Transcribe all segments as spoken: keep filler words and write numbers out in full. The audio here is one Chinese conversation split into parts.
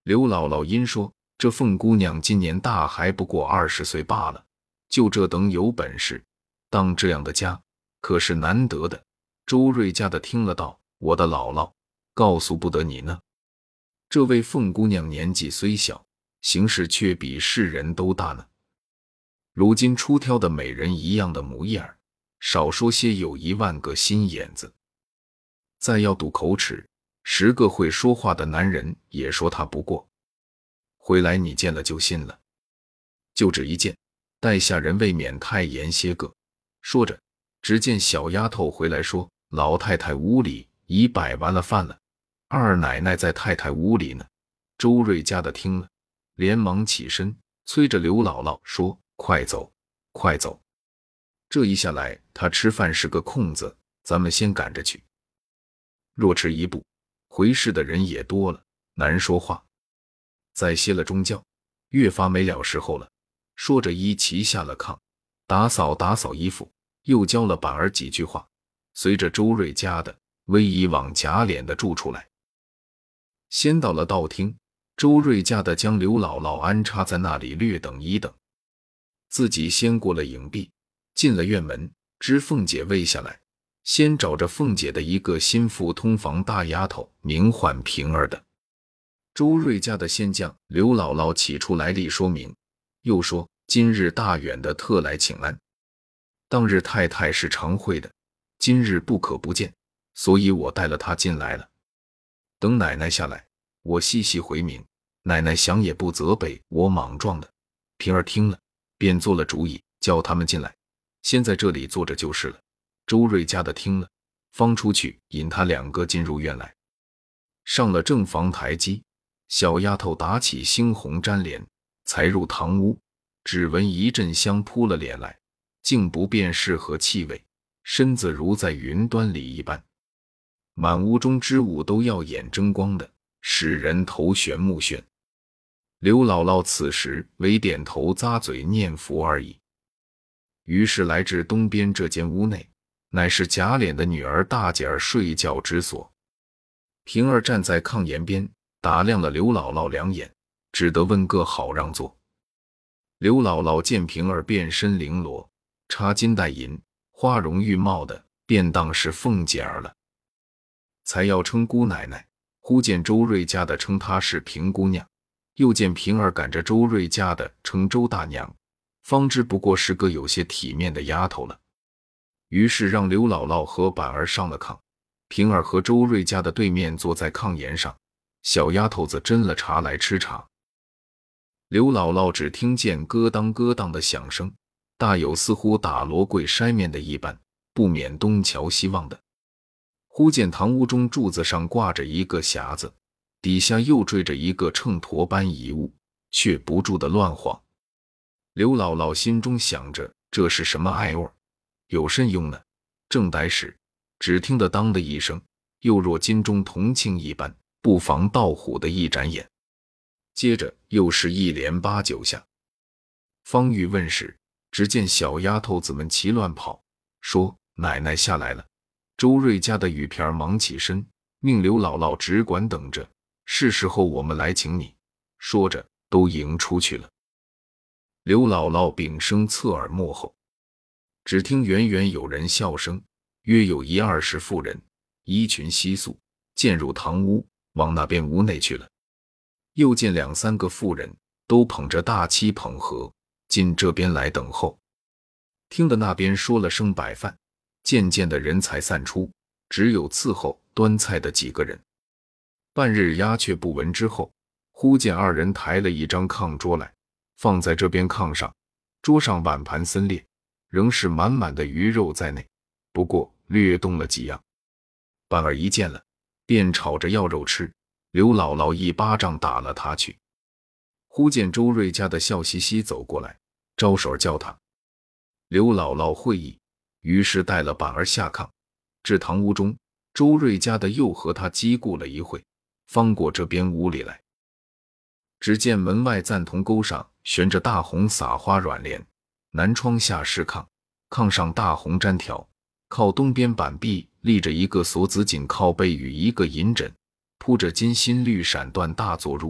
刘姥姥因说：“这凤姑娘今年大还不过二十岁罢了，就这等有本事，当这样的家可是难得的。”周瑞家的听了道：“我的姥姥，告诉不得你呢。这位凤姑娘年纪虽小，行事却比世人都大呢。如今出挑的美人一样的模样，少说些有一万个心眼子。再要赌口齿，十个会说话的男人也说他不过。回来你见了就信了。就这一见，待下人未免太严些个。”说着，只见小丫头回来说：“老太太屋里已摆完了饭了，二奶奶在太太屋里呢。”周瑞家的听了，连忙起身催着刘姥姥说：“快走，快走！这一下来，他吃饭是个空子，咱们先赶着去。若迟一步，回事的人也多了，难说话。”再歇了中觉，越发没了时候了。说着一齐下了炕，打扫打扫衣服，又教了板儿几句话，随着周瑞家的威仪往贾琏的住处来。先到了道厅，周瑞家的将刘姥姥安插在那里略等一等，自己先过了影壁，进了院门，知凤姐未下来，先找着凤姐的一个心腹通房大丫头，名唤平儿的。周瑞家的先将刘姥姥起出来历说明，又说今日大远的特来请安，当日太太是常会的，今日不可不见，所以我带了她进来了。等奶奶下来，我细细回明，奶奶想也不责备我莽撞的。平儿听了，便做了主意，叫他们进来，先在这里坐着就是了。周瑞家的听了，方出去引他两个进入院来。上了正房台基，小丫头打起猩红粘帘，才入堂屋，只闻一阵香扑了脸来，竟不辨是何气味，身子如在云端里一般。满屋中之物都耀眼争光的，使人头眩目眩。刘姥姥此时唯点头咂嘴念佛而已。于是来至东边这间屋内，乃是贾琏的女儿大姐儿睡觉之所。平儿站在炕沿边，打量了刘姥姥两眼，只得问个好让座。刘姥姥见平儿遍身绫罗，插金戴银，花容玉貌的，便当是凤姐儿了。才要称姑奶奶，忽见周瑞家的称她是平姑娘，又见平儿赶着周瑞家的称周大娘，方知不过是个有些体面的丫头了。于是让刘姥姥和板儿上了炕，平儿和周瑞家的对面坐在炕沿上，小丫头子斟了茶来吃茶。刘姥姥只听见咯当咯当的响声，大有似乎打罗柜筛面的一般，不免东瞧西望的。忽见堂屋中柱子上挂着一个匣子，底下又坠着一个秤砣般一物，却不住的乱晃。刘姥姥心中想着这是什么爱味，有甚用呢？正待时，只听得当的一声，又若金钟铜磬一般，不妨盗虎的一眨眼。接着又是一连八九下。方欲问时，只见小丫头子们齐乱跑，说奶奶下来了。周瑞家的雨片忙起身，命刘姥姥只管等着，是时候我们来请你。说着都迎出去了。刘姥姥屏声侧耳幕后，只听远远有人笑声，约有一二十妇人，衣裙稀素，渐入堂屋，往那边屋内去了。又见两三个妇人都捧着大漆捧盒进这边来等候。听得那边说了声摆饭，渐渐的人才散出，只有伺候端菜的几个人。半日鸦雀不闻之后，忽见二人抬了一张炕桌来，放在这边炕上，桌上碗盘森列，仍是满满的鱼肉在内，不过略动了几样。板儿一见了，便吵着要肉吃，刘姥姥一巴掌打了他去。忽见周瑞家的笑嘻嘻走过来，招手叫他。刘姥姥会意，于是带了板儿下炕，至堂屋中，周瑞家的又和他叽咕了一会，方过这边屋里来。只见门外赞同沟上悬着大红撒花软帘，南窗下是炕，炕上大红毡条，靠东边板壁立着一个锁子紧靠背与一个银枕，铺着金心绿闪缎大坐褥，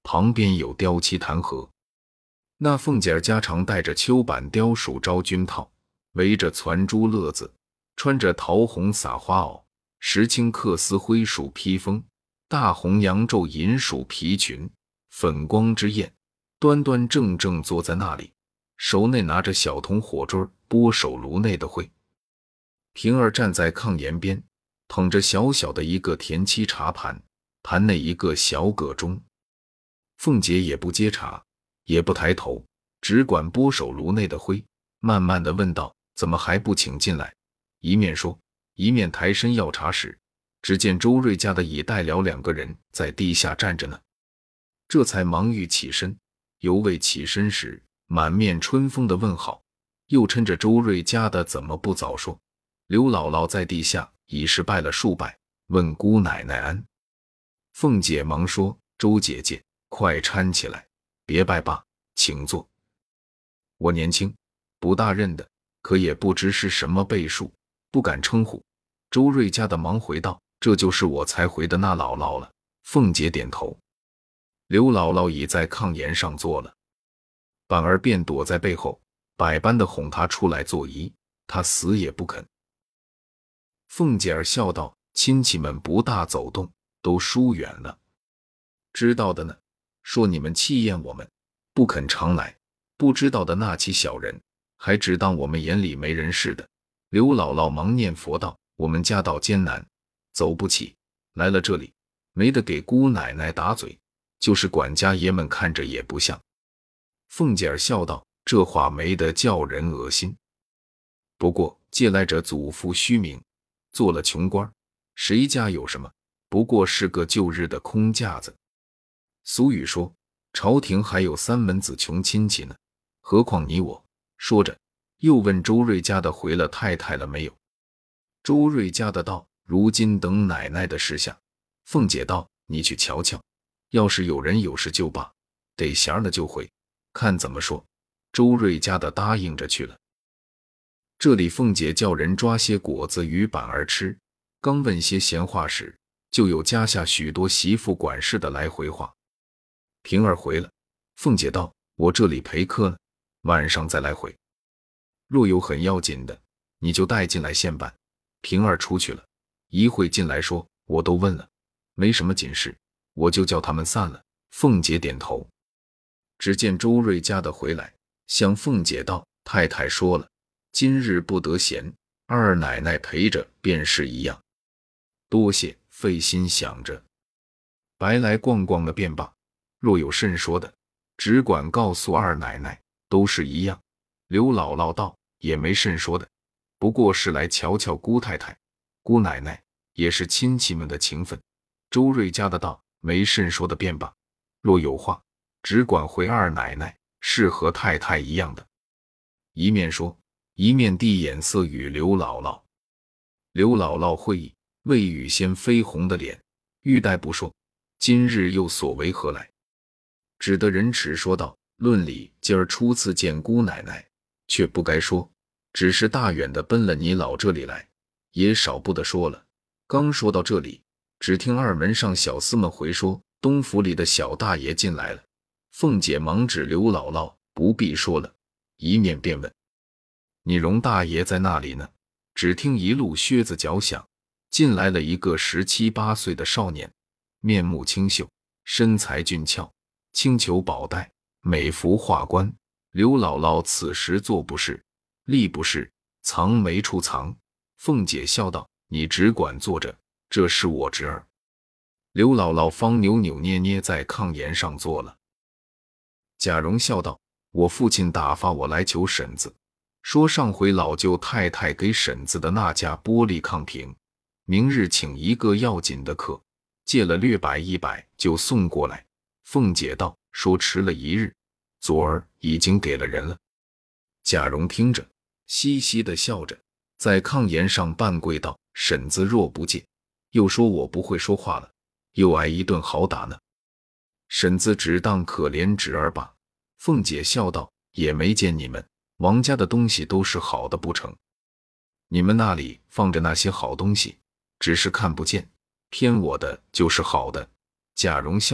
旁边有雕漆弹劾。那凤姐儿家常带着秋板雕鼠招军套，围着攒珠乐子，穿着桃红撒花袄，石青缂丝灰鼠披风，大红扬皱银鼠皮裙，粉光之焰，端端正正坐在那里，手内拿着小铜火锥，拨手炉内的灰。平儿站在炕沿边，捧着小小的一个田七茶盘，盘内一个小葛盅。凤姐也不接茶，也不抬头，只管拨手炉内的灰，慢慢地问道：“怎么还不请进来？”一面说，一面抬身要茶时，只见周瑞家的已带了两个人在地下站着呢，这才忙欲起身，犹未起身时，满面春风的问好，又趁着周瑞家的怎么不早说，刘姥姥在地下已是拜了数拜，问姑奶奶安。凤姐忙说：“周姐姐，快搀起来，别拜罢，请坐。我年轻，不大认得，可也不知是什么辈数，不敢称呼。”周瑞家的忙回道：“这就是我才回的那姥姥了。”凤姐点头。刘姥姥已在炕沿上坐了，板儿便躲在背后，百般的哄她出来坐揖，她死也不肯。凤姐儿笑道：“亲戚们不大走动，都疏远了。知道的呢，说你们气厌我们，不肯常来；不知道的那起小人，还只当我们眼里没人似的。”刘姥姥忙念佛道：“我们家道艰难，走不起，来了这里，没得给姑奶奶打嘴，就是管家爷们看着也不像。”凤姐儿笑道：“这话没得叫人恶心。不过借来者祖父虚名，做了穷官，谁家有什么？不过是个旧日的空架子。俗语说，朝廷还有三门子穷亲戚呢，何况你我？”说着，又问周瑞家的回了太太了没有。周瑞家的道：“如今等奶奶的事下。”凤姐道：“你去瞧瞧，要是有人有事就罢，得闲了就回，看怎么说。”周瑞家的答应着去了。这里凤姐叫人抓些果子与板儿吃，刚问些闲话时，就有家下许多媳妇管事的来回话。平儿回了，凤姐道：“我这里陪客呢，晚上再来回。若有很要紧的，你就带进来现办。”平儿出去了，一会进来说：“我都问了，没什么紧事，我就叫他们散了。”凤姐点头。只见周瑞家的回来，向凤姐道：“太太说了，今日不得闲，二奶奶陪着便是一样。多谢，费心想着，白来逛逛了便罢。若有甚说的，只管告诉二奶奶，都是一样。”刘姥姥道：“也没甚说的，不过是来瞧瞧姑太太、姑奶奶，也是亲戚们的情分。”周瑞家的道：“没甚说的便罢，若有话，只管回二奶奶，是和太太一样的。”一面说，一面递眼色与刘姥姥。刘姥姥会意，未雨先绯红的脸，欲待不说，今日又所为何来？只得仁慈说道：“论理，今儿初次见姑奶奶，却不该说，只是大远的奔了你老这里来，也少不得说了。”刚说到这里，只听二门上小厮们回说：“东府里的小大爷进来了。”凤姐忙指刘姥姥不必说了，一面便问：“你容大爷在那里呢？”只听一路靴子脚响，进来了一个十七八岁的少年，面目清秀，身材俊俏，轻裘宝带，美服画冠。刘姥姥此时坐不是，立不是，藏没处藏。凤姐笑道：“你只管坐着，这是我侄儿。”刘姥姥方扭扭捏捏在炕沿上坐了。贾蓉笑道：“我父亲打发我来求婶子，说上回老舅太太给婶子的那架玻璃炕屏，明日请一个要紧的客，借了略百一百就送过来。”凤姐道：“说迟了一日，昨儿已经给了人了。”贾蓉听着，嘻嘻地笑着，在炕沿上半跪道：“婶子若不借，又说我不会说话了，又挨一顿好打呢。婶子只当可怜侄儿吧。”凤姐笑道：“也没见你们王家的东西都是好的不成？你们那里放着那些好东西，只是看不见，偏我的就是好的。”贾蓉笑道：“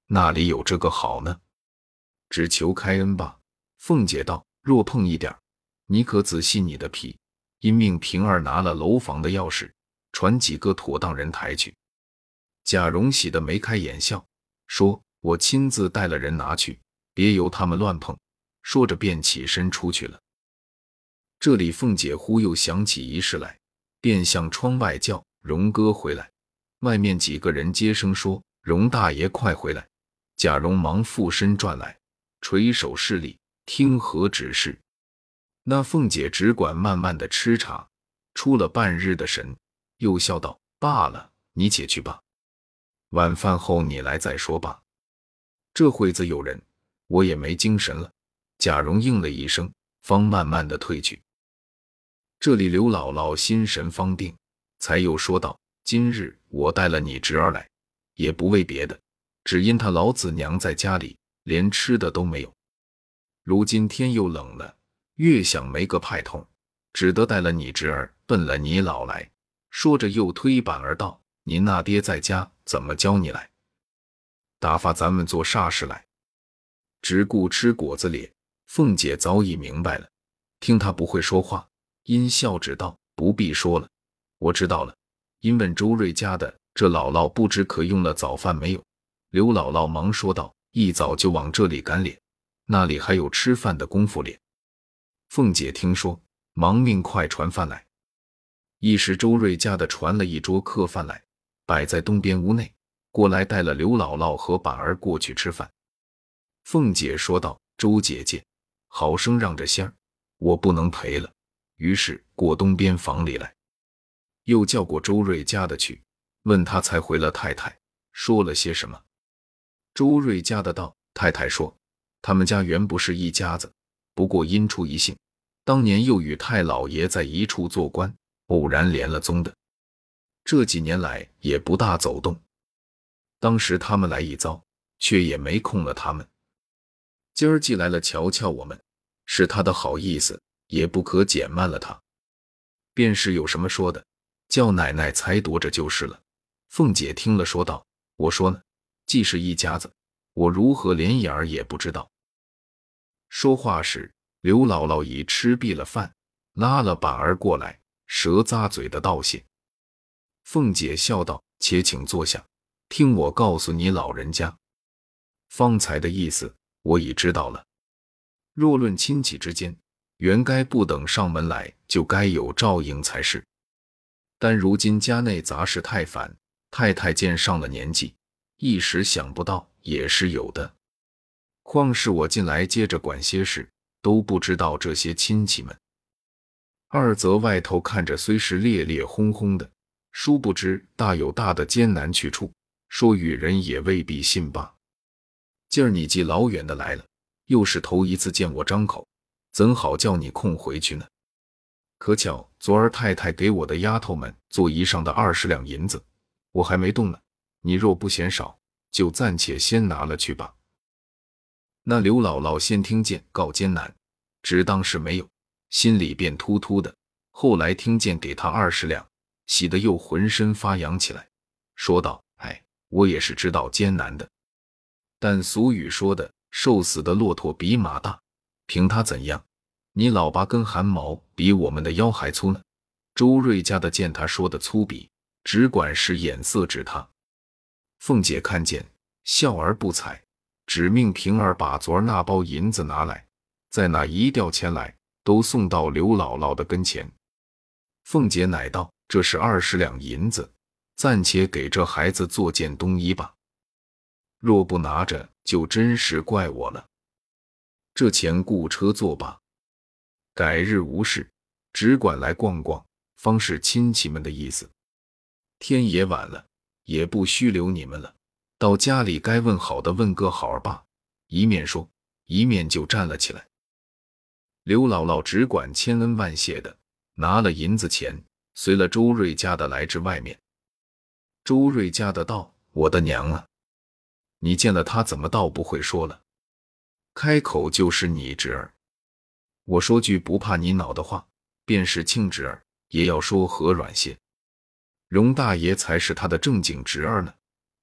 哪里有这个好呢？只求开恩吧。凤姐道：若碰一点，你可仔细你的皮。因命平儿拿了楼房的钥匙，传几个妥当人抬去。贾蓉喜得眉开眼笑，说：我亲自带了人拿去，别由他们乱碰。说着便起身出去了。这里凤姐忽又想起一事来，便向窗外叫：蓉哥回来。外面几个人接声说：蓉大爷快回来。贾蓉忙附身转来，垂手施礼，听何指示。那凤姐只管慢慢的吃茶，出了半日的神，又笑道：罢了，你且去吧，晚饭后你来再说吧。这会子有人，我也没精神了。贾蓉应了一声，方慢慢的退去。这里刘姥姥心神方定，才又说道：今日我带了你侄儿来，也不为别的，只因他老子娘在家里连吃的都没有。如今天又冷了，越想没个派头，只得带了你侄儿奔了你姥来。说着又推板儿道：您那爹在家怎么教你来？打发咱们做煞事来？只顾吃果子咧。凤姐早已明白了，听他不会说话，因笑指道：不必说了，我知道了。因问周瑞家的这姥姥不知可用了早饭没有。刘姥姥忙说道：一早就往这里赶咧，那里还有吃饭的功夫咧。凤姐听说，忙命快传饭来。一时周瑞家的传了一桌客饭来，摆在东边屋内，过来带了刘姥姥和板儿过去吃饭。凤姐说道：周姐姐，好生让着仙儿，我不能陪了。于是过东边房里来，又叫过周瑞家的去，问他才回了太太，说了些什么。周瑞家的道：太太说，他们家原不是一家子，不过因出一姓，当年又与太老爷在一处做官，偶然连了宗的。这几年来也不大走动，当时他们来一遭，却也没空了他们。今儿既来了瞧瞧我们，是他的好意思，也不可减慢了他。便是有什么说的，叫奶奶才夺着就是了。凤姐听了说道：我说呢，既是一家子，我如何连眼儿也不知道。说话时，刘姥姥已吃毕了饭，拉了板儿过来，舌咂嘴的道谢。凤姐笑道：且请坐下，听我告诉你老人家，方才的意思我已知道了。若论亲戚之间，原该不等上门来就该有照应才是。但如今家内杂事太繁，太太见上了年纪，一时想不到也是有的。况是我近来接着管些事，都不知道这些亲戚们。二则外头看着虽是烈烈轰轰的，殊不知大有大的艰难去处，说与人也未必信罢。今儿你既老远的来了，又是头一次见我张口，怎好叫你空回去呢？可巧昨儿太太给我的丫头们做衣裳的二十两银子，我还没动呢，你若不嫌少，就暂且先拿了去吧。那刘姥姥先听见告艰难，只当是没有，心里便突突的，后来听见给她二十两，喜得又浑身发痒起来，说道：哎，我也是知道艰难的，但俗语说的瘦死的骆驼比马大，凭他怎样，你老八根汗毛比我们的腰还粗呢。周瑞家的见他说的粗鄙，只管使眼色指他。凤姐看见，笑而不睬，只命平儿把昨儿那包银子拿来，再拿一吊钱来，都送到刘姥姥的跟前。凤姐乃道：这是二十两银子，暂且给这孩子做件冬衣吧，若不拿着，就真是怪我了。这钱雇车坐吧，改日无事，只管来逛逛，方是亲戚们的意思。天也晚了，也不须留你们了，到家里该问好的问个好儿吧。一面说，一面就站了起来。刘姥姥只管千恩万谢的拿了银子钱，随了周瑞家的来至外面。周瑞家的道：我的娘啊，你见了他怎么倒不会说了？开口就是你侄儿，我说句不怕你恼的话，便是亲侄儿，也要说和软些。荣大爷才是他的正经侄儿呢，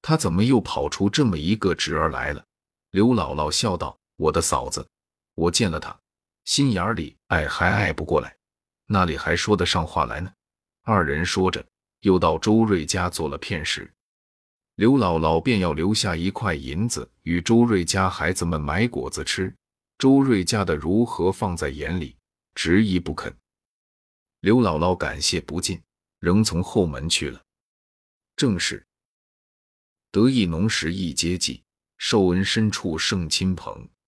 他怎么又跑出这么一个侄儿来了？刘姥姥笑道：“我的嫂子，我见了她，心眼里爱还爱不过来，那里还说得上话来呢？”二人说着，又到周瑞家做了片时，刘姥姥便要留下一块银子与周瑞家孩子们买果子吃。周瑞家的如何放在眼里，执意不肯。刘姥姥感谢不尽，仍从后门去了。正是得意浓时一阶际，受恩深处胜亲朋。